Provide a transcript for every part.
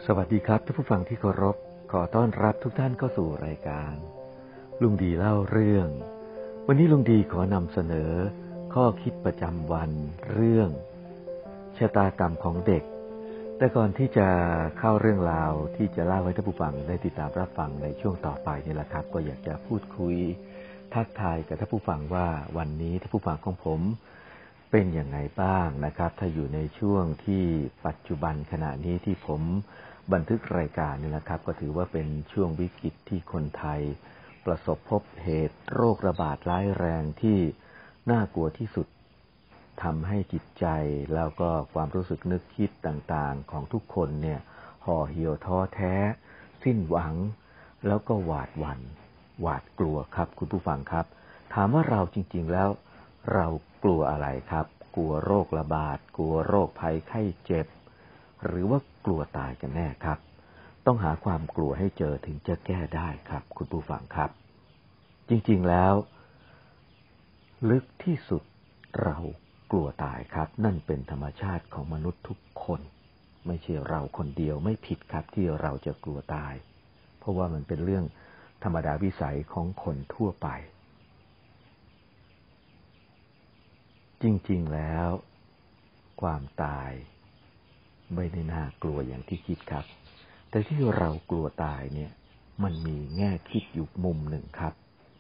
สวัสดีครับท่านผู้ฟังที่เคารพขอต้อนรับทุกท่านเข้าสู่รายการลุงดีเล่าเรื่องวันนี้ลุงดีขอนำเสนอข้อคิดประจำวันเรื่องชะตากรรมของเด็กแต่ก่อนที่จะเข้าเรื่องราวที่จะเล่าให้ท่านผู้ฟังได้ติดตามรับฟังในช่วงต่อไปนี่แหละครับก็อยากจะพูดคุยทักทายกับท่านผู้ฟังว่าวันนี้ท่านผู้ฟังของผมเป็นอย่างไรบ้างนะครับถ้าอยู่ในช่วงที่ปัจจุบันขณะนี้ที่ผมบันทึกรายการนี่นะครับก็ถือว่าเป็นช่วงวิกฤตที่คนไทยประสบพบเหตุโรคระบาดร้ายแรงที่น่ากลัวที่สุดทำให้จิตใจแล้วก็ความรู้สึกนึกคิดต่างๆของทุกคนเนี่ยห่อเหี่ยวท้อแท้สิ้นหวังแล้วก็หวาดหวั่นหวาดกลัวครับคุณผู้ฟังครับถามว่าเราจริงๆแล้วเรากลัวอะไรครับกลัวโรคระบาดกลัวโรคภัยไข้เจ็บหรือว่ากลัวตายกันแน่ครับต้องหาความกลัวให้เจอถึงจะแก้ได้ครับคุณผู้ฟังครับจริงๆแล้วลึกที่สุดเรากลัวตายครับนั่นเป็นธรรมชาติของมนุษย์ทุกคนไม่ใช่เราคนเดียวไม่ผิดครับที่เราจะกลัวตายเพราะว่ามันเป็นเรื่องธรรมดาวิสัยของคนทั่วไปจริงๆแล้วความตายไม่ได้น่ากลัวอย่างที่คิดครับแต่ที่เรากลัวตายเนี่ยมันมีแง่คิดอยู่มุมหนึ่งครับ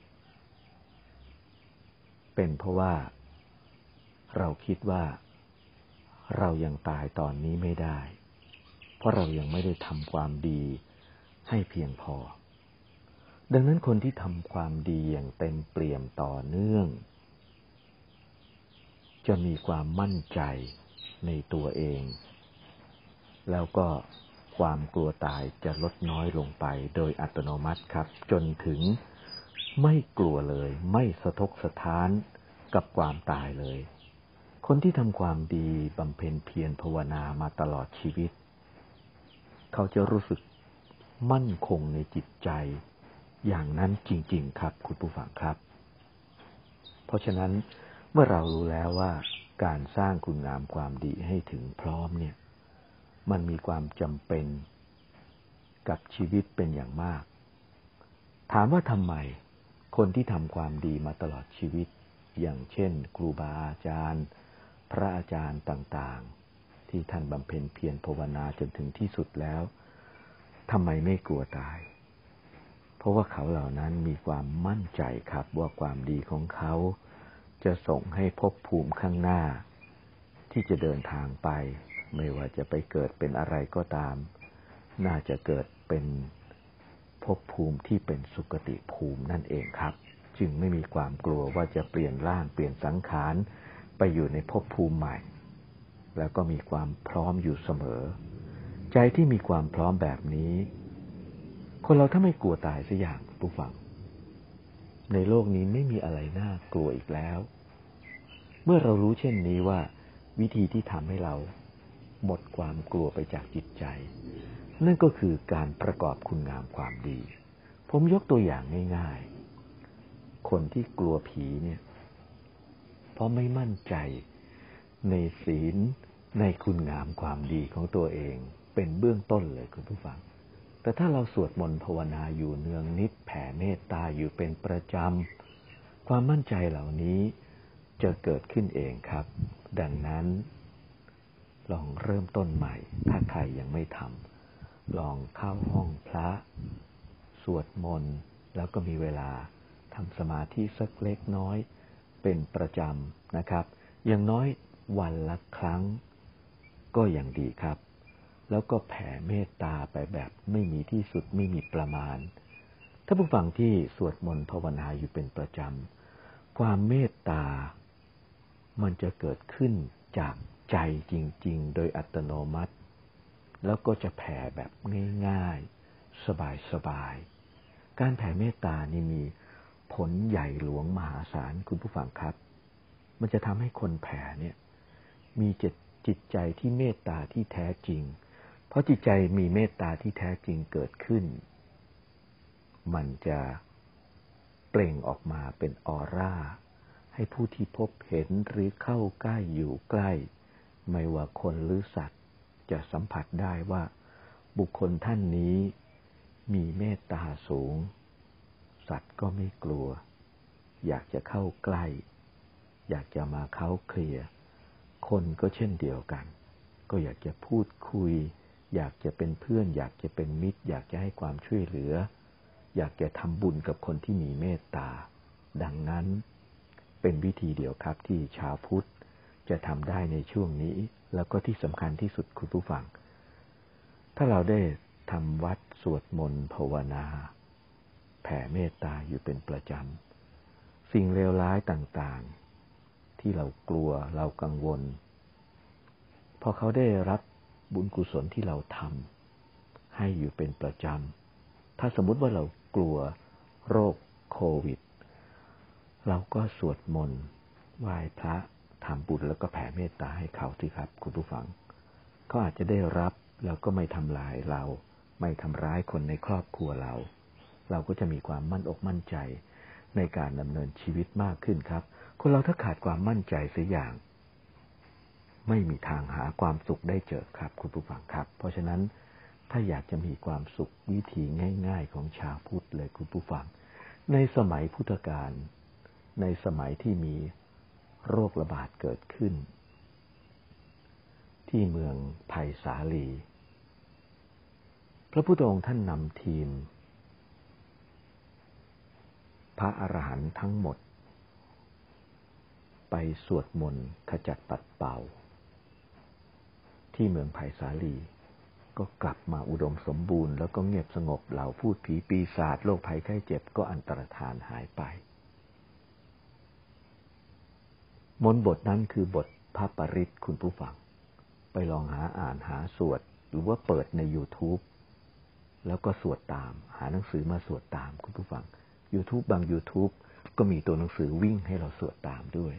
เป็นเพราะว่าเราคิดว่าเรายังตายตอนนี้ไม่ได้เพราะเรายังไม่ได้ทำความดีให้เพียงพอดังนั้นคนที่ทำความดีอย่างเต็มเปี่ยมต่อเนื่องจะมีความมั่นใจในตัวเองแล้วก็ความกลัวตายจะลดน้อยลงไปโดยอัตโนมัติครับจนถึงไม่กลัวเลยไม่สะทกสะท้านกับความตายเลยคนที่ทำความดีบำเพ็ญเพียรภาวนามาตลอดชีวิตเขาจะรู้สึกมั่นคงในจิตใจอย่างนั้นจริงๆครับคุณผู้ฟังครับเพราะฉะนั้นเมื่อเรารู้แล้วว่าการสร้างคุณงามความดีให้ถึงพร้อมเนี่ยมันมีความจำเป็นกับชีวิตเป็นอย่างมากถามว่าทำไมคนที่ทำความดีมาตลอดชีวิตอย่างเช่นครูบาอาจารย์พระอาจารย์ต่างๆที่ท่านบำเพ็ญเพียรภาวนาจนถึงที่สุดแล้วทำไมไม่กลัวตายเพราะว่าเขาเหล่านั้นมีความมั่นใจครับว่าความดีของเขาจะส่งให้ภพภูมิข้างหน้าที่จะเดินทางไปไม่ว่าจะไปเกิดเป็นอะไรก็ตามน่าจะเกิดเป็นภพภูมิที่เป็นสุคติภูมินั่นเองครับจึงไม่มีความกลัวว่าจะเปลี่ยนร่างเปลี่ยนสังขารไปอยู่ในภพภูมิใหม่แล้วก็มีความพร้อมอยู่เสมอใจที่มีความพร้อมแบบนี้คนเราถ้าไม่กลัวตายสักอย่างผู้ฟังในโลกนี้ไม่มีอะไรน่ากลัวอีกแล้วเมื่อเรารู้เช่นนี้ว่าวิธีที่ทำให้เราหมดความกลัวไปจากจิตใจนั่นก็คือการประกอบคุณงามความดีผมยกตัวอย่างง่ายๆคนที่กลัวผีเนี่ยเพราะไม่มั่นใจในศีลในคุณงามความดีของตัวเองเป็นเบื้องต้นเลยคุณผู้ฟังแต่ถ้าเราสวดมนต์ภาวนาอยู่เนืองนิดแผ่เมตตาอยู่เป็นประจำความมั่นใจเหล่านี้จะเกิดขึ้นเองครับดังนั้นลองเริ่มต้นใหม่ถ้าใครยังไม่ทำลองเข้าห้องพระสวดมนต์แล้วก็มีเวลาทำสมาธิสักเล็กน้อยเป็นประจำนะครับอย่างน้อยวันละครั้งก็ยังดีครับแล้วก็แผ่เมตตาไปแบบไม่มีที่สุดไม่มีประมาณถ้าผู้ฟังที่สวดมนต์ภาวนาอยู่เป็นประจำความเมตตามันจะเกิดขึ้นจากใจจริงๆโดยอัตโนมัติแล้วก็จะแผ่แบบง่ายๆสบายๆการแผ่เมตตานี่มีผลใหญ่หลวงมหาศาลคุณผู้ฟังครับมันจะทำให้คนแผ่เนี่ยมีจิตใจที่เมตตาที่แท้จริงเพราะจิตใจมีเมตตาที่แท้จริงเกิดขึ้นมันจะเปล่งออกมาเป็นออร่าให้ผู้ที่พบเห็นหรือเข้าใกล้อยู่ใกล้ไม่ว่าคนหรือสัตว์จะสัมผัสได้ว่าบุคคลท่านนี้มีเมตตาสูงสัตว์ก็ไม่กลัวอยากจะเข้าใกล้อยากจะมาเค้าเคลียร์คนก็เช่นเดียวกันก็อยากจะพูดคุยอยากจะเป็นเพื่อนอยากจะเป็นมิตรอยากจะให้ความช่วยเหลืออยากจะทำบุญกับคนที่มีเมตตาดังนั้นเป็นวิธีเดียวครับที่ชาวพุทธจะทำได้ในช่วงนี้แล้วก็ที่สำคัญที่สุดคุณผู้ฟังถ้าเราได้ทำวัดสวดมนต์ภาวนาแผ่เมตตาอยู่เป็นประจำสิ่งเลวร้ายต่างๆที่เรากลัวเรากังวลพอเขาได้รับบุญกุศลที่เราทำให้อยู่เป็นประจำถ้าสมมุติว่าเรากลัวโรคโควิดเราก็สวดมนต์ไหว้พระทำบุญแล้วก็แผ่เมตตาให้เขาสิครับคุณผู้ฟังเขาอาจจะได้รับแล้วก็ไม่ทำลายเราไม่ทำร้ายคนในครอบครัวเราก็จะมีความมั่นอกมั่นใจในการดำเนินชีวิตมากขึ้นครับคนเราถ้าขาดความมั่นใจเสียอย่างไม่มีทางหาความสุขได้เจอครับคุณผู้ฟังครับเพราะฉะนั้นถ้าอยากจะมีความสุขวิธีง่ายๆของชาวพุทธเลยคุณผู้ฟังในสมัยพุทธกาลในสมัยที่มีโรคระบาดเกิดขึ้นที่เมืองไผ่สาลีพระพุทธองค์ท่านนำทีมพระอรหันต์ทั้งหมดไปสวดมนต์ขจัดปัดเป่าที่เมืองไผ่สาลีก็กลับมาอุดมสมบูรณ์แล้วก็เงียบสงบเหล่าพูดผีปีศาจโรคภัยไข้เจ็บก็อันตรธานหายไปมนต์บทนั้นคือบทพระปริตรคุณผู้ฟังไปลองหาอ่านหาสวดหรือว่าเปิดใน YouTube แล้วก็สวดตามหาหนังสือมาสวดตามคุณผู้ฟัง YouTube บาง YouTube ก็มีตัวหนังสือวิ่งให้เราสวดตามด้วย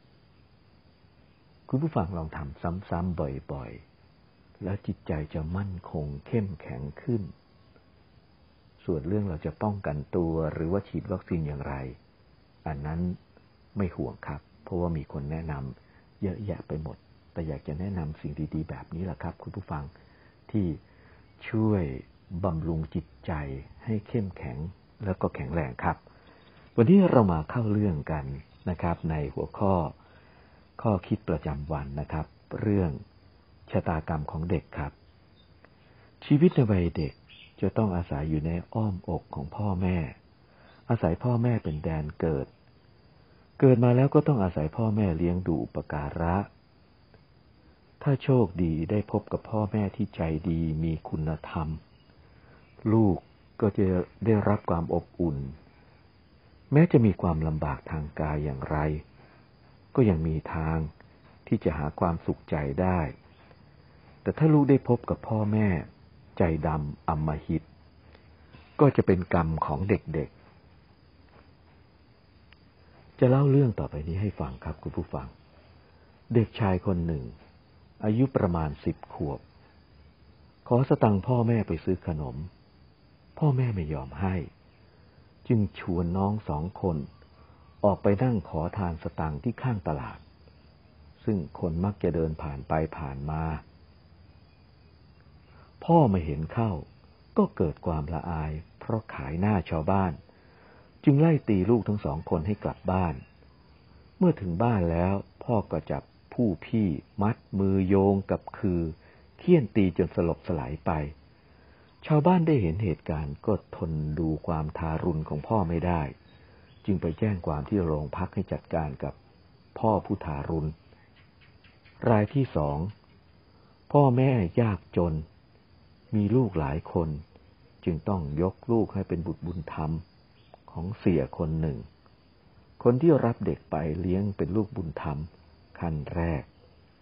คุณผู้ฟังลองทำซ้ำๆบ่อยๆแล้วจิตใจจะมั่นคงเข้มแข็งขึ้นส่วนเรื่องเราจะป้องกันตัวหรือว่าฉีดวัคซีนอย่างไรอันนั้นไม่ห่วงครับเพราะว่ามีคนแนะนำเยอะแยะไปหมดแต่อยากจะแนะนำสิ่งดีๆแบบนี้แหละครับคุณผู้ฟังที่ช่วยบำรุงจิตใจให้เข้มแข็งแล้วก็แข็งแรงครับวันนี้เรามาเข้าเรื่องกันนะครับในหัวข้อคิดประจำวันนะครับเรื่องชะตากรรมของเด็กครับชีวิตในวัยเด็กจะต้องอาศัยอยู่ในอ้อมอกของพ่อแม่อาศัยพ่อแม่เป็นแดนเกิดมาแล้วก็ต้องอาศัยพ่อแม่เลี้ยงดูอุปการะถ้าโชคดีได้พบกับพ่อแม่ที่ใจดีมีคุณธรรมลูกก็จะได้รับความอบอุ่นแม้จะมีความลำบากทางกายอย่างไรก็ยังมีทางที่จะหาความสุขใจได้แต่ถ้าลูกได้พบกับพ่อแม่ใจดำอำมหิตก็จะเป็นกรรมของเด็กๆจะเล่าเรื่องต่อไปนี้ให้ฟังครับคุณผู้ฟังเด็กชายคนหนึ่งอายุประมาณ10 ขวบขอสตังค์พ่อแม่ไปซื้อขนมพ่อแม่ไม่ยอมให้จึงชวนน้อง2 คนออกไปนั่งขอทานสตังค์ที่ข้างตลาดซึ่งคนมักจะเดินผ่านไปผ่านมาพ่อมาเห็นเข้าก็เกิดความละอายเพราะขายหน้าชาวบ้านจึงไล่ตีลูกทั้ง2 คนให้กลับบ้านเมื่อถึงบ้านแล้วพ่อก็จับผู้พี่มัดมือโยงกับคือเฆี่ยนตีจนสลบสลายไปชาวบ้านได้เห็นเหตุการณ์ก็ทนดูความทารุณของพ่อไม่ได้จึงไปแจ้งความที่โรงพักให้จัดการกับพ่อผู้ทารุณรายที่2พ่อแม่ยากจนมีลูกหลายคนจึงต้องยกลูกให้เป็นบุตรบุญธรรมของเสียคนหนึ่งคนที่รับเด็กไปเลี้ยงเป็นลูกบุญธรรมขั้นแรก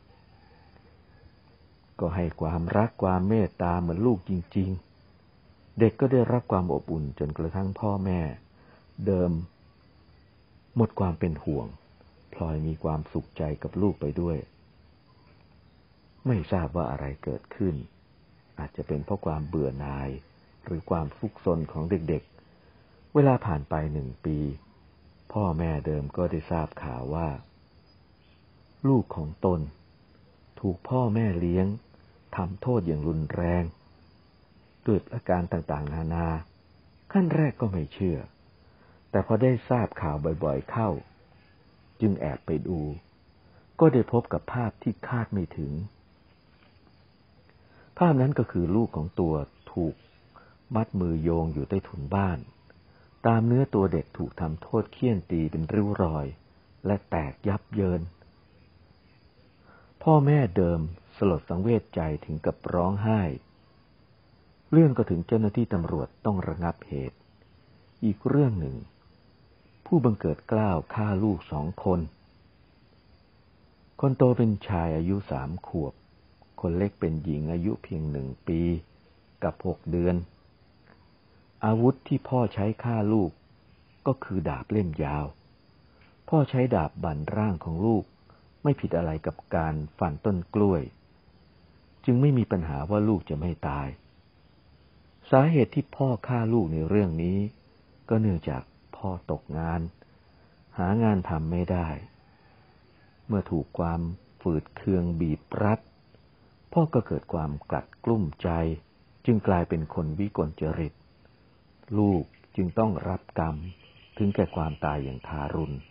ก็ให้ความรักความเมตตาเหมือนลูกจริงๆเด็กก็ได้รับความอบอุ่นจนกระทั่งพ่อแม่เดิมหมดความเป็นห่วงพลอยมีความสุขใจกับลูกไปด้วยไม่ทราบว่าอะไรเกิดขึ้นอาจจะเป็นเพราะความเบื่อหน่ายหรือความฟุกซนของเด็กๆเวลาผ่านไป1 ปีพ่อแม่เดิมก็ได้ทราบข่าวว่าลูกของตนถูกพ่อแม่เลี้ยงทำโทษอย่างรุนแรงด้วยอาการต่างๆนานาขั้นแรกก็ไม่เชื่อแต่พอได้ทราบข่าวบ่อยๆเข้าจึงแอบไปดูก็ได้พบกับภาพที่คาดไม่ถึงภาพนั้นก็คือลูกของตัวถูกมัดมือโยงอยู่ใต้ถุนบ้านตามเนื้อตัวเด็กถูกทำโทษเฆี่ยนตีเป็นริ้วรอยและแตกยับเยินพ่อแม่เดิมสลดสังเวชใจถึงกับร้องไห้เรื่องก็ถึงเจ้าหน้าที่ตำรวจต้องระงับเหตุอีกเรื่องหนึ่งผู้บังเกิดเกล้าฆ่าลูก2 คนคนโตเป็นชายอายุ3 ขวบคนเล็กเป็นหญิงอายุเพียง1 ปีกับ6 เดือนอาวุธที่พ่อใช้ฆ่าลูกก็คือดาบเล่มยาวพ่อใช้ดาบบั่นร่างของลูกไม่ผิดอะไรกับการฟันต้นกล้วยจึงไม่มีปัญหาว่าลูกจะไม่ตายสาเหตุที่พ่อฆ่าลูกในเรื่องนี้ก็เนื่องจากพ่อตกงานหางานทำไม่ได้เมื่อถูกความฝืดเคืองบีบรัดพ่อก็เกิดความกลัดกลุ้มใจจึงกลายเป็นคนวิกลจริตลูกจึงต้องรับกรรมถึงแก่ความตายอย่างทารุณ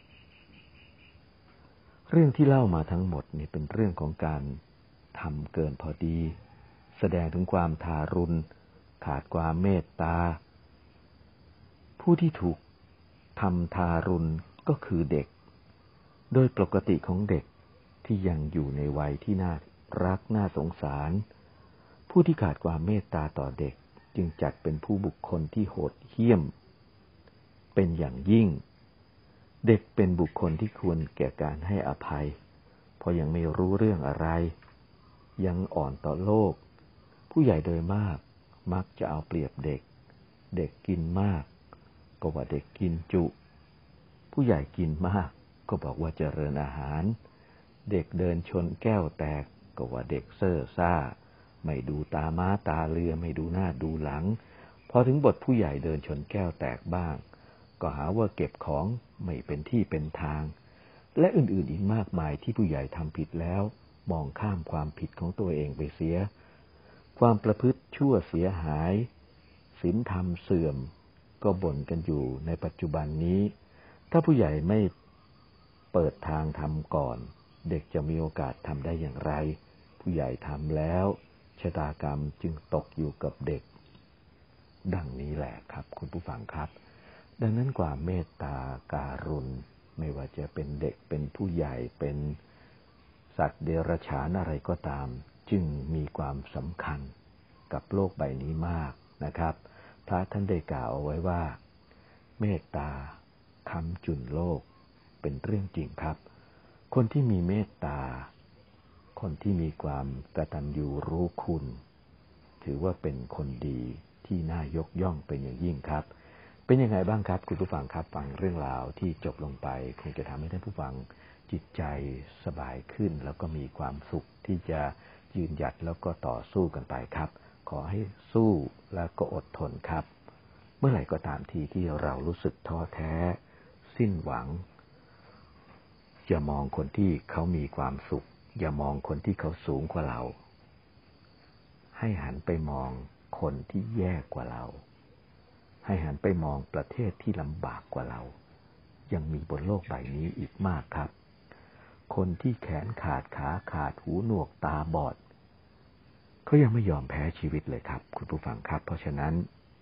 เรื่องที่เล่ามาทั้งหมดนี่เป็นเรื่องของการทำเกินพอดีแสดงถึงความทารุณขาดความเมตตาผู้ที่ถูกทำทารุณก็คือเด็กโดยปกติของเด็กที่ยังอยู่ในวัยที่น่ารักน่าสงสารผู้ที่ขาดความเมตตาต่อเด็กจึงจัดเป็นผู้บุคคลที่โหดเหี้ยมเป็นอย่างยิ่งเด็กเป็นบุคคลที่ควรแก่การให้อภัยเพราะยังไม่รู้เรื่องอะไรยังอ่อนต่อโลกผู้ใหญ่โดยมากมักจะเอาเปรียบเด็กเด็กกินมากก็ว่าเด็กกินจุผู้ใหญ่กินมากก็บอกว่าเจริญอาหารเด็กเดินชนแก้วแตกก็ว่าเด็กเซ่อซ่าไม่ดูตาม้าตาเรือไม่ดูหน้าดูหลังพอถึงบทผู้ใหญ่เดินชนแก้วแตกบ้างก็หาว่าเก็บของไม่เป็นที่เป็นทางและอื่นๆอีกมากมายที่ผู้ใหญ่ทำผิดแล้วมองข้ามความผิดของตัวเองไปเสียความประพฤติชั่วเสียหายศีลธรรมเสื่อมก็บ่นกันอยู่ในปัจจุบันนี้ถ้าผู้ใหญ่ไม่เปิดทางทำก่อนเด็กจะมีโอกาสทำได้อย่างไรผู้ใหญ่ทำแล้วชะตากรรมจึงตกอยู่กับเด็กดังนี้แหละครับคุณผู้ฟังครับดังนั้นความเมตตาการุณไม่ว่าจะเป็นเด็กเป็นผู้ใหญ่เป็นสัตว์เดรัจฉานอะไรก็ตามจึงมีความสำคัญกับโลกใบนี้มากนะครับพระท่านได้กล่าวเอาไว้ว่าเมตตาค้ำจุนโลกเป็นเรื่องจริงครับคนที่มีเมตตาคนที่มีความกตัญญูรู้คุณถือว่าเป็นคนดีที่น่ายกย่องเป็นอย่างยิ่งครับเป็นยังไงบ้างครับคุณผู้ฟังครับฟังเรื่องราวที่จบลงไปคงจะทำให้ท่านผู้ฟังจิตใจสบายขึ้นแล้วก็มีความสุขที่จะยืนหยัดแล้วก็ต่อสู้กันไปครับขอให้สู้แล้วก็อดทนครับเมื่อไหร่ก็ตามทีที่เรารู้สึกท้อแท้สิ้นหวังอย่ามองคนที่เขามีความสุขอย่ามองคนที่เขาสูงกว่าเราให้หันไปมองคนที่แย่กว่าเราให้หันไปมองประเทศที่ลำบากกว่าเรายังมีบนโลกใบนี้อีกมากครับคนที่แขนขาดขาขาดหูหนวกตาบอดเขายังไม่ยอมแพ้ชีวิตเลยครับคุณผู้ฟังครับเพราะฉะนั้น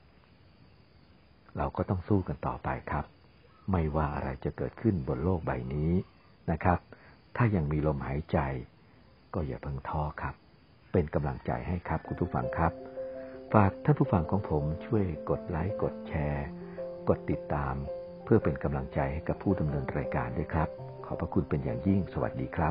เราก็ต้องสู้กันต่อไปครับไม่ว่าอะไรจะเกิดขึ้นบนโลกใบนี้นะครับถ้ายังมีลมหายใจก็อย่าเพิ่งท้อครับเป็นกำลังใจให้ครับคุณผู้ฟังครับฝากท่านผู้ฟังของผมช่วยกดไลค์กดแชร์กดติดตามเพื่อเป็นกำลังใจให้กับผู้ดำเนินรายการด้วยครับขอบพระคุณเป็นอย่างยิ่งสวัสดีครับ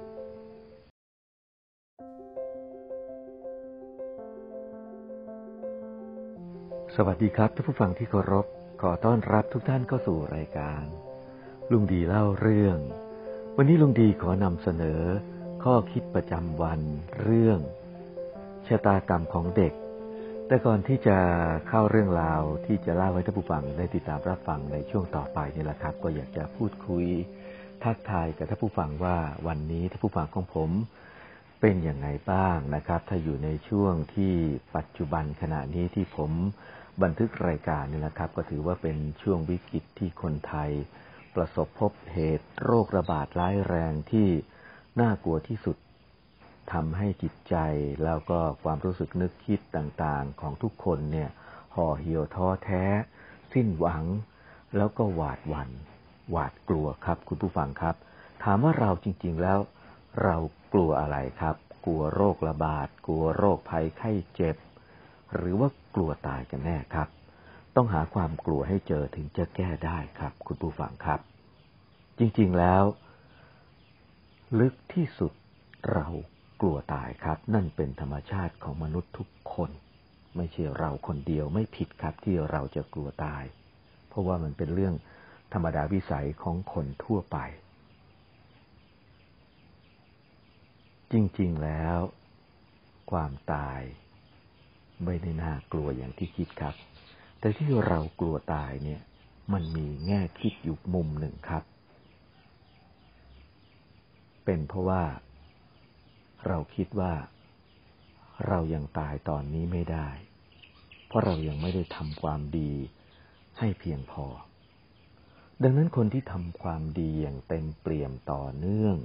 สวัสดีครับท่านผู้ฟังที่เคารพขอต้อนรับทุกท่านเข้าสู่รายการลุงดีเล่าเรื่องวันนี้ลุงดีขอนำเสนอข้อคิดประจำวันเรื่องชะตากรรมของเด็กแต่ก่อนที่จะเข้าเรื่องราวที่จะเล่าให้ท่านผู้ฟังได้ติดตามรับฟังในช่วงต่อไปนี่แหละครับก็อยากจะพูดคุยทักทายกับท่านผู้ฟังว่าวันนี้ท่านผู้ฟังของผมเป็นอย่างไงบ้างนะครับถ้าอยู่ในช่วงที่ปัจจุบันขณะนี้ที่ผมบันทึกรายการนี่นะครับก็ถือว่าเป็นช่วงวิกฤตที่คนไทยประสบพบเหตุโรคระบาดร้ายแรงที่น่ากลัวที่สุดทำให้จิตใจแล้วก็ความรู้สึกนึกคิดต่างๆของทุกคนเนี่ยห่อเหี่ยวท้อแท้สิ้นหวังแล้วก็หวาดหวั่นหวาดกลัวครับคุณผู้ฟังครับถามว่าเราจริงๆแล้วเรากลัวอะไรครับกลัวโรคระบาดกลัวโรคภัยไข้เจ็บหรือว่ากลัวตายกันแน่ครับต้องหาความกลัวให้เจอถึงจะแก้ได้ครับคุณผู้ฟังครับจริงๆแล้วลึกที่สุดเรากลัวตายครับนั่นเป็นธรรมชาติของมนุษย์ทุกคนไม่ใช่เราคนเดียวไม่ผิดครับที่เราจะกลัวตายเพราะว่ามันเป็นเรื่องธรรมดาวิสัยของคนทั่วไปจริงๆแล้วความตายไม่ได้น่ากลัวอย่างที่คิดครับแต่ที่เรากลัวตายเนี่ยมันมีแง่คิดอยู่มุมหนึ่งครับเป็นเพราะว่าเราคิดว่าเรายังตายตอนนี้ไม่ได้เพราะเรายังไม่ได้ทำความดีให้เพียงพอดังนั้นคนที่ทำความดีอย่างเต็มเปี่ยมต่อเนื่อง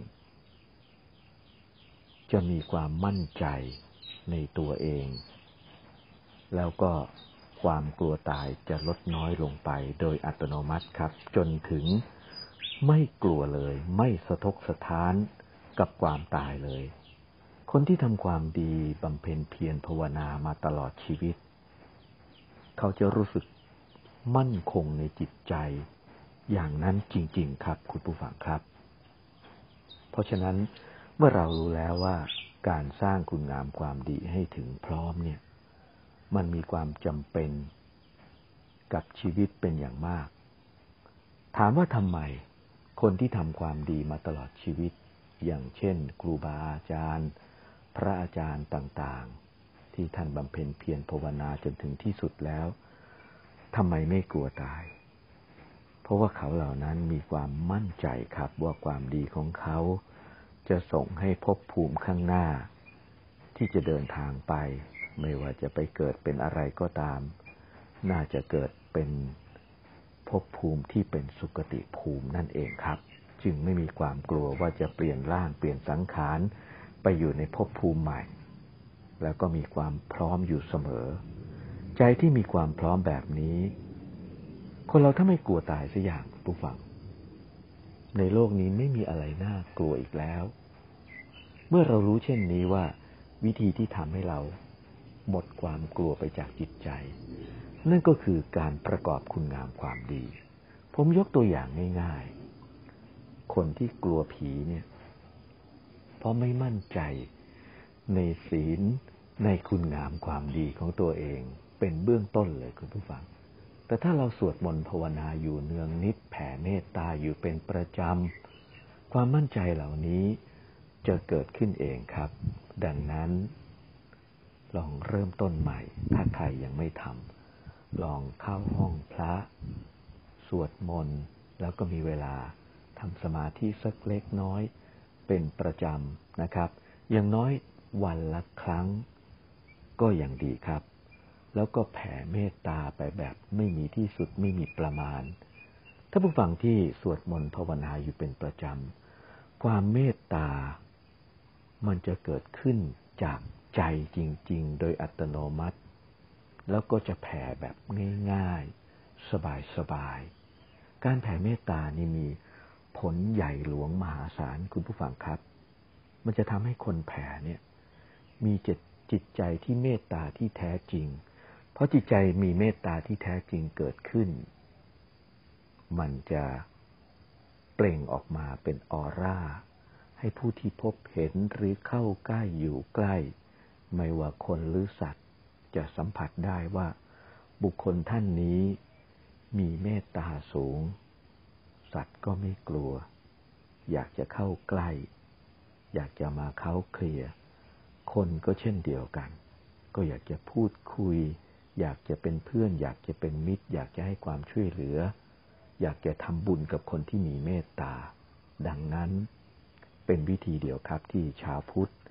จะมีความมั่นใจในตัวเองแล้วก็ความกลัวตายจะลดน้อยลงไปโดยอัตโนมัติครับจนถึงไม่กลัวเลยไม่สะทกสะท้านกับความตายเลยคนที่ทำความดีบำเพ็ญเพียรภาวนามาตลอดชีวิตเขาจะรู้สึกมั่นคงในจิตใจอย่างนั้นจริงๆครับคุณผู้ฟังครับเพราะฉะนั้นเมื่อเรารู้แล้วว่าการสร้างคุณงามความดีให้ถึงพร้อมเนี่ยมันมีความจำเป็นกับชีวิตเป็นอย่างมากถามว่าทำไมคนที่ทำความดีมาตลอดชีวิตอย่างเช่นครูบาอาจารย์พระอาจารย์ต่างๆที่ท่านบำเพ็ญเพียรภาวนาจนถึงที่สุดแล้วทำไมไม่กลัวตายเพราะว่าเขาเหล่านั้นมีความมั่นใจครับว่าความดีของเขาจะส่งให้ภพภูมิข้างหน้าที่จะเดินทางไปไม่ว่าจะไปเกิดเป็นอะไรก็ตามน่าจะเกิดเป็นภพภูมิที่เป็นสุคติภูมินั่นเองครับจึงไม่มีความกลัวว่าจะเปลี่ยนร่างเปลี่ยนสังขารไปอยู่ในภพภูมิใหม่แล้วก็มีความพร้อมอยู่เสมอใจที่มีความพร้อมแบบนี้คนเราถ้าไม่กลัวตายสักอย่างผู้ฟังในโลกนี้ไม่มีอะไรน่ากลัวอีกแล้วเมื่อเรารู้เช่นนี้ว่าวิธีที่ทำให้เราหมดความกลัวไปจากจิตใจนั่นก็คือการประกอบคุณงามความดีผมยกตัวอย่างง่ายๆคนที่กลัวผีเนี่ยเพราะไม่มั่นใจในศีลในคุณงามความดีของตัวเองเป็นเบื้องต้นเลยคุณผู้ฟังแต่ถ้าเราสวดมนต์ภาวนาอยู่เนืองนิดแผ่เมตตาอยู่เป็นประจำความมั่นใจเหล่านี้จะเกิดขึ้นเองครับดังนั้นลองเริ่มต้นใหม่ถ้าใครยังไม่ทำลองเข้าห้องพระสวดมนต์แล้วก็มีเวลาทำสมาธิสักเล็กน้อยเป็นประจำนะครับอย่างน้อยวันละครั้งก็ยังดีครับแล้วก็แผ่เมตตาไปแบบไม่มีที่สุดไม่มีประมาณถ้าผู้ฟังที่สวดมนต์ภาวนาอยู่เป็นประจำความเมตตามันจะเกิดขึ้นจากใจจริงๆโดยอัตโนมัติแล้วก็จะแผ่แบบง่ายๆสบายๆการแผ่เมตตานี่มีผลใหญ่หลวงมหาศาลคุณผู้ฟังครับมันจะทำให้คนแผ่เนี่ยมีจิตใจที่เมตตาที่แท้จริงเพราะจิตใจมีเมตตาที่แท้จริงเกิดขึ้นมันจะเปล่งออกมาเป็นออร่าให้ผู้ที่พบเห็นหรือเข้าใกล้อยู่ใกล้ไม่ว่าคนหรือสัตว์จะสัมผัสได้ว่าบุคคลท่านนี้มีเมตตาสูงสัตว์ก็ไม่กลัวอยากจะเข้าใกล้อยากจะมาเข้าเคลียร์คนก็เช่นเดียวกันก็อยากจะพูดคุยอยากจะเป็นเพื่อนอยากจะเป็นมิตรอยากจะให้ความช่วยเหลืออยากจะทำบุญกับคนที่มีเมตตาดังนั้นเป็นวิธีเดียวครับที่ชาวพุทธ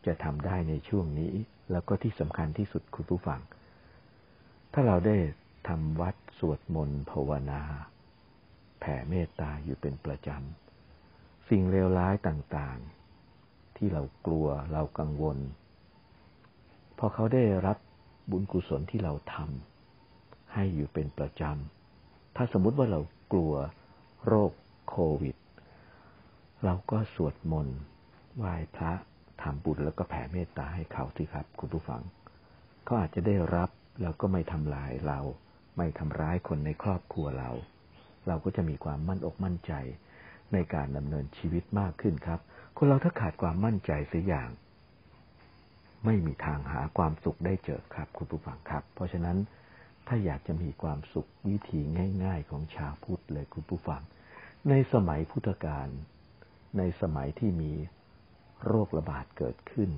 จะทำได้ในช่วงนี้แล้วก็ที่สำคัญที่สุดคุณผู้ฟังถ้าเราได้ทำวัดสวดมนต์ภาวนาแผ่เมตตาอยู่เป็นประจำสิ่งเลวร้ายต่างๆที่เรากลัวเรากังวลพอเขาได้รับบุญกุศลที่เราทำให้อยู่เป็นประจำถ้าสมมุติว่าเรากลัวโรคโควิดเราก็สวดมนต์ไหว้พระทำบุญแล้วก็แผ่เมตตาให้เขาสิครับคุณผู้ฟังเขาอาจจะได้รับแล้วก็ไม่ทำลายเราไม่ทำร้ายคนในครอบครัวเราก็จะมีความมั่นอกมั่นใจในการดำเนินชีวิตมากขึ้นครับคนเราถ้าขาดความมั่นใจเสียอย่างไม่มีทางหาความสุขได้เจอครับคุณผู้ฟังครับเพราะฉะนั้นถ้าอยากจะมีความสุขวิธีง่ายๆของชาวพุทธเลยคุณผู้ฟังในสมัยพุทธกาลในสมัยที่มีโรคระบาดเกิดขึ้น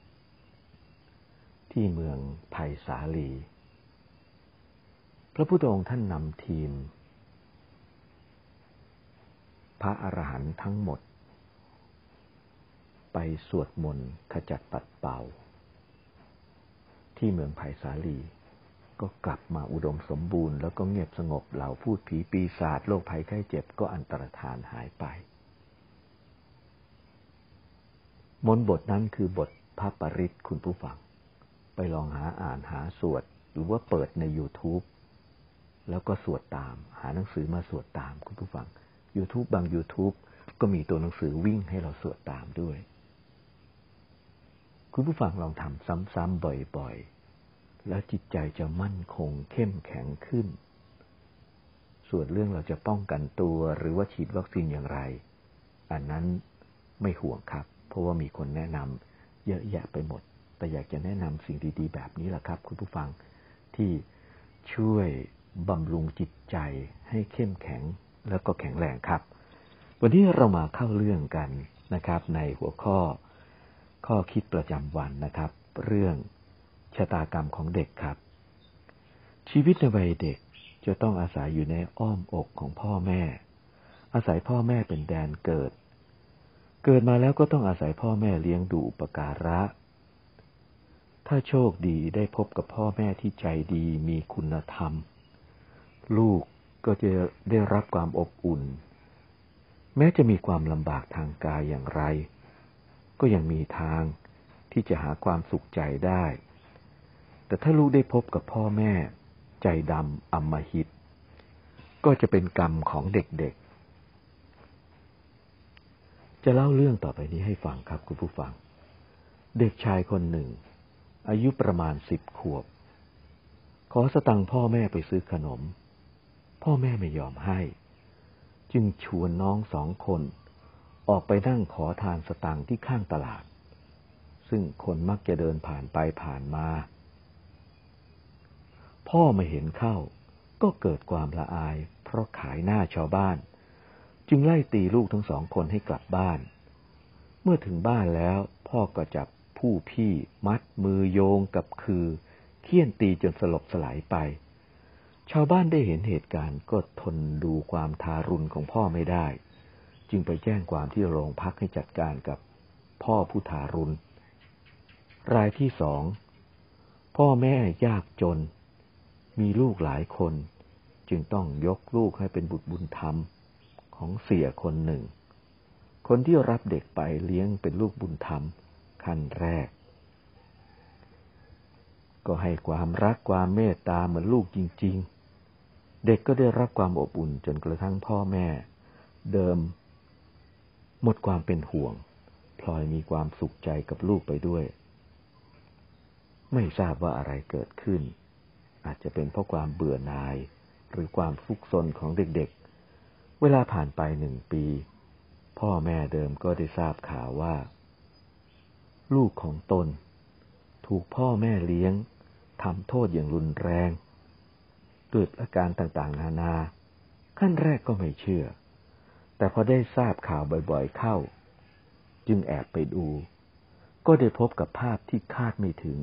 ที่เมืองไผ่สาลีพระพุทธองค์ท่านนำทีมพระอรหันต์ทั้งหมดไปสวดมนต์ขจัดปัดเป่าที่เมืองไผ่สาลีก็กลับมาอุดมสมบูรณ์แล้วก็เงียบสงบเหล่าพูดผีปีศาจโรคภัยไข้เจ็บก็อันตรธานหายไปมนต์บทนั้นคือบทพระปริตรคุณผู้ฟังไปลองหาอ่านหาสวดหรือว่าเปิดใน YouTube แล้วก็สวดตามหาหนังสือมาสวดตามคุณผู้ฟัง YouTube บาง YouTube ก็มีตัวหนังสือวิ่งให้เราสวดตามด้วยคุณผู้ฟังลองทำซ้ำๆบ่อยๆแล้วจิตใจจะมั่นคงเข้มแข็งขึ้นส่วนเรื่องเราจะป้องกันตัวหรือว่าฉีดวัคซีนอย่างไรอันนั้นไม่ห่วงครับเพราะว่ามีคนแนะนำเยอะแยะไปหมดแต่อยากจะแนะนำสิ่งดีๆแบบนี้แหละครับคุณผู้ฟังที่ช่วยบำรุงจิตใจให้เข้มแข็งแล้วก็แข็งแรงครับวันนี้เรามาเข้าเรื่องกันนะครับในหัวข้อคิดประจำวันนะครับเรื่องชะตากรรมของเด็กครับชีวิตในวัยเด็กจะต้องอาศัยอยู่ในอ้อมอกของพ่อแม่อาศัยพ่อแม่เป็นแดนเกิดมาแล้วก็ต้องอาศัยพ่อแม่เลี้ยงดูอุปการะถ้าโชคดีได้พบกับพ่อแม่ที่ใจดีมีคุณธรรมลูกก็จะได้รับความอบอุ่นแม้จะมีความลำบากทางกายอย่างไรก็ยังมีทางที่จะหาความสุขใจได้แต่ถ้าลูกได้พบกับพ่อแม่ใจดำอำมหิตก็จะเป็นกรรมของเด็กๆจะเล่าเรื่องต่อไปนี้ให้ฟังครับคุณผู้ฟังเด็กชายคนหนึ่งอายุประมาณ10 ขวบขอสตังค์พ่อแม่ไปซื้อขนมพ่อแม่ไม่ยอมให้จึงชวนน้อง2 คนออกไปนั่งขอทานสตังค์ที่ข้างตลาดซึ่งคนมักจะเดินผ่านไปผ่านมาพ่อมาเห็นเข้าก็เกิดความละอายเพราะขายหน้าชาวบ้านจึงไล่ตีลูกทั้ง2 คนให้กลับบ้านเมื่อถึงบ้านแล้วพ่อก็จับผู้พี่มัดมือโยงกับคือเฆี่ยนตีจนสลบสลายไปชาวบ้านได้เห็นเหตุการณ์ก็ทนดูความทารุณของพ่อไม่ได้จึงไปแจ้งความที่โรงพักให้จัดการกับพ่อผู้ทารุณรายที่2พ่อแม่ยากจนมีลูกหลายคนจึงต้องยกลูกให้เป็นบุตรบุญธรรมของเสียคนหนึ่งคนที่รับเด็กไปเลี้ยงเป็นลูกบุญธรรมขั้นแรกก็ให้ความรักความเมตตาเหมือนลูกจริงๆเด็กก็ได้รับความอบอุ่นจนกระทั่งพ่อแม่เดิมหมดความเป็นห่วงพลอยมีความสุขใจกับลูกไปด้วยไม่ทราบว่าอะไรเกิดขึ้นอาจจะเป็นเพราะความเบื่อหน่ายหรือความฟุกซนของเด็กๆเวลาผ่านไป1 ปีพ่อแม่เดิมก็ได้ทราบข่าวว่าลูกของตนถูกพ่อแม่เลี้ยงทำโทษอย่างรุนแรงเกิดอาการต่างๆนานาขั้นแรกก็ไม่เชื่อแต่พอได้ทราบข่าวบ่อยๆเข้าจึงแอบไปดูก็ได้พบกับภาพที่คาดไม่ถึง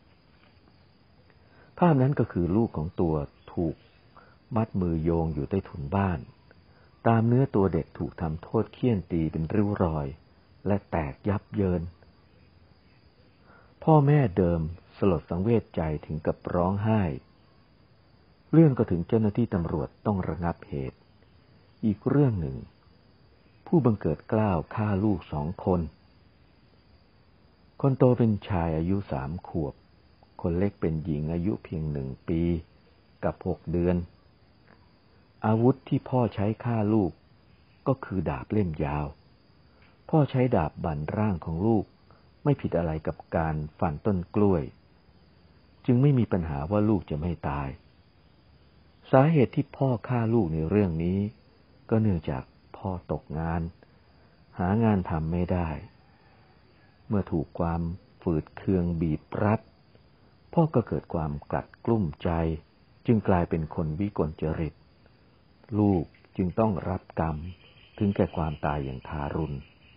ภาพนั้นก็คือลูกของตัวถูกมัดมือโยงอยู่ใต้ถุนบ้านตามเนื้อตัวเด็กถูกทำโทษเฆี่ยนตีเป็นริ้วรอยและแตกยับเยินพ่อแม่เดิมสลดสังเวชใจถึงกับร้องไห้เรื่องก็ถึงเจ้าหน้าที่ตำรวจต้องระงับเหตุอีกเรื่องหนึ่งผู้บังเกิดเกล้าฆ่าลูก2 คนคนโตเป็นชายอายุ3 ขวบคนเล็กเป็นหญิงอายุเพียง1 ปีกับ6 เดือนอาวุธที่พ่อใช้ฆ่าลูกก็คือดาบเล่มยาวพ่อใช้ดาบบั่นร่างของลูกไม่ผิดอะไรกับการฟันต้นกล้วยจึงไม่มีปัญหาว่าลูกจะไม่ตายสาเหตุที่พ่อฆ่าลูกในเรื่องนี้ก็เนื่องจากพ่อตกงานหางานทำไม่ได้เมื่อถูกความฝืดเคืองบีบรัดพ่อก็เกิดความกลัดกลุ้มใจจึงกลายเป็นคนวิกลจริตลูกจึงต้องรับกรรมถึงแก่ความตายอย่างทารุณ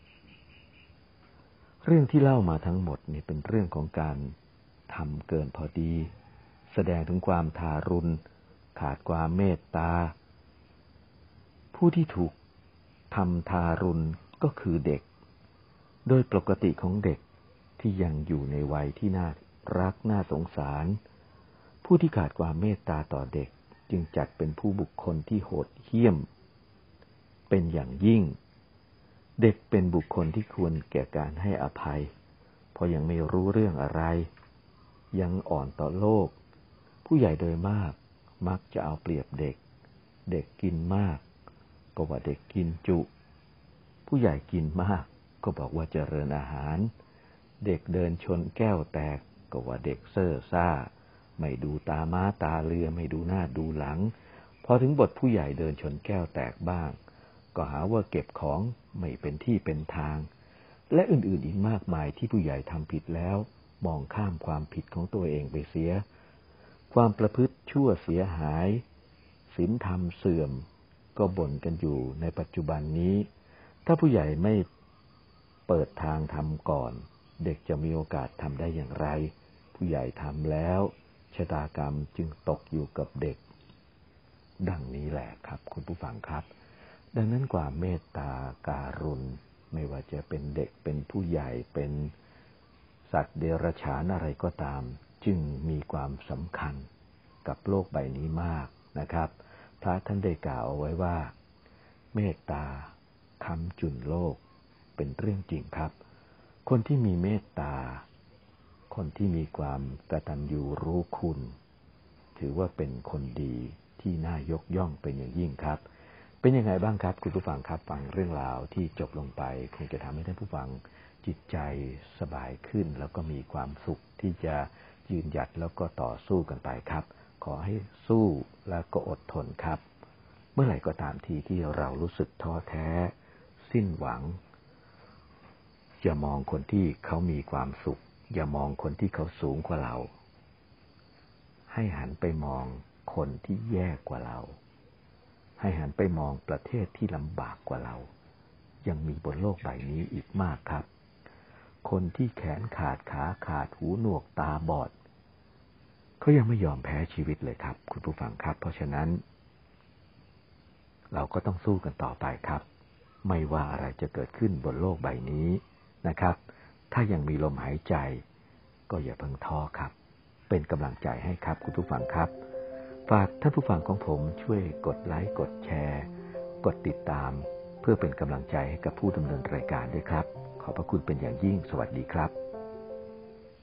เรื่องที่เล่ามาทั้งหมดนี่เป็นเรื่องของการทำเกินพอดีแสดงถึงความทารุณขาดความเมตตาผู้ที่ถูกทำทารุณก็คือเด็กโดยปกติของเด็กที่ยังอยู่ในวัยที่น่ารักน่าสงสารผู้ที่ขาดความเมตตาต่อเด็กจึงจัดเป็นผู้บุคคลที่โหดเหี้ยมเป็นอย่างยิ่งเด็กเป็นบุคคลที่ควรแก่การให้อภัยเพราะยังไม่รู้เรื่องอะไรยังอ่อนต่อโลกผู้ใหญ่โดยมากมักจะเอาเปรียบเด็กเด็กกินมากก็ว่าเด็กกินจุผู้ใหญ่กินมากก็บอกว่าเจริญอาหารเด็กเดินชนแก้วแตกก็ว่าเด็กเซ่อซ่าไม่ดูตาม้าตาเรือไม่ดูหน้าดูหลังพอถึงบทผู้ใหญ่เดินชนแก้วแตกบ้างก็หาว่าเก็บของไม่เป็นที่เป็นทางและอื่นๆอีกมากมายที่ผู้ใหญ่ทำผิดแล้วมองข้ามความผิดของตัวเองไปเสียความประพฤติชั่วเสียหายศีลธรรมเสื่อมก็บ่นกันอยู่ในปัจจุบันนี้ถ้าผู้ใหญ่ไม่เปิดทางทำก่อนเด็กจะมีโอกาสทำได้อย่างไรผู้ใหญ่ทำแล้วชะตากรรมจึงตกอยู่กับเด็กดังนี้แหละครับคุณผู้ฟังครับดังนั้นความเมตตาการุณไม่ว่าจะเป็นเด็กเป็นผู้ใหญ่เป็นสัตว์เดรัจฉานอะไรก็ตามจึงมีความสำคัญกับโลกใบนี้มากนะครับพระท่านได้กล่าวเอาไว้ว่าเมตตาค้ำจุนโลกเป็นเรื่องจริงครับคนที่มีเมตตาคนที่มีความกตัญญูรู้คุณถือว่าเป็นคนดีที่น่ายกย่องเป็นอย่างยิ่งครับเป็นยังไงบ้างครับคุณผู้ฟังครับฟังเรื่องราวที่จบลงไปคงจะทำให้ท่านผู้ฟังจิตใจสบายขึ้นแล้วก็มีความสุขที่จะยืนหยัดแล้วก็ต่อสู้กันไปครับขอให้สู้แล้วก็อดทนครับเมื่อไหร่ก็ตามทีที่เรารู้สึกท้อแท้สิ้นหวังอย่ามองคนที่เขามีความสุขอย่ามองคนที่เขาสูงกว่าเราให้หันไปมองคนที่แย่กว่าเราให้หันไปมองประเทศที่ลำบากกว่าเรายังมีบนโลกใบนี้อีกมากครับคนที่แขนขาดขาขาดหูหนวกตาบอดเขายังไม่ยอมแพ้ชีวิตเลยครับคุณผู้ฟังครับเพราะฉะนั้นเราก็ต้องสู้กันต่อไปครับไม่ว่าอะไรจะเกิดขึ้นบนโลกใบนี้นะครับถ้ายังมีลมหายใจก็อย่าเพิ่งท้อครับเป็นกำลังใจให้ครับคุณผู้ฟังครับฝากท่านผู้ฟังของผมช่วยกดไลค์กดแชร์กดติดตามเพื่อเป็นกำลังใจให้กับผู้ดำเนินรายการด้วยครับขอบพระคุณเป็นอย่างยิ่งสวัสดีครับ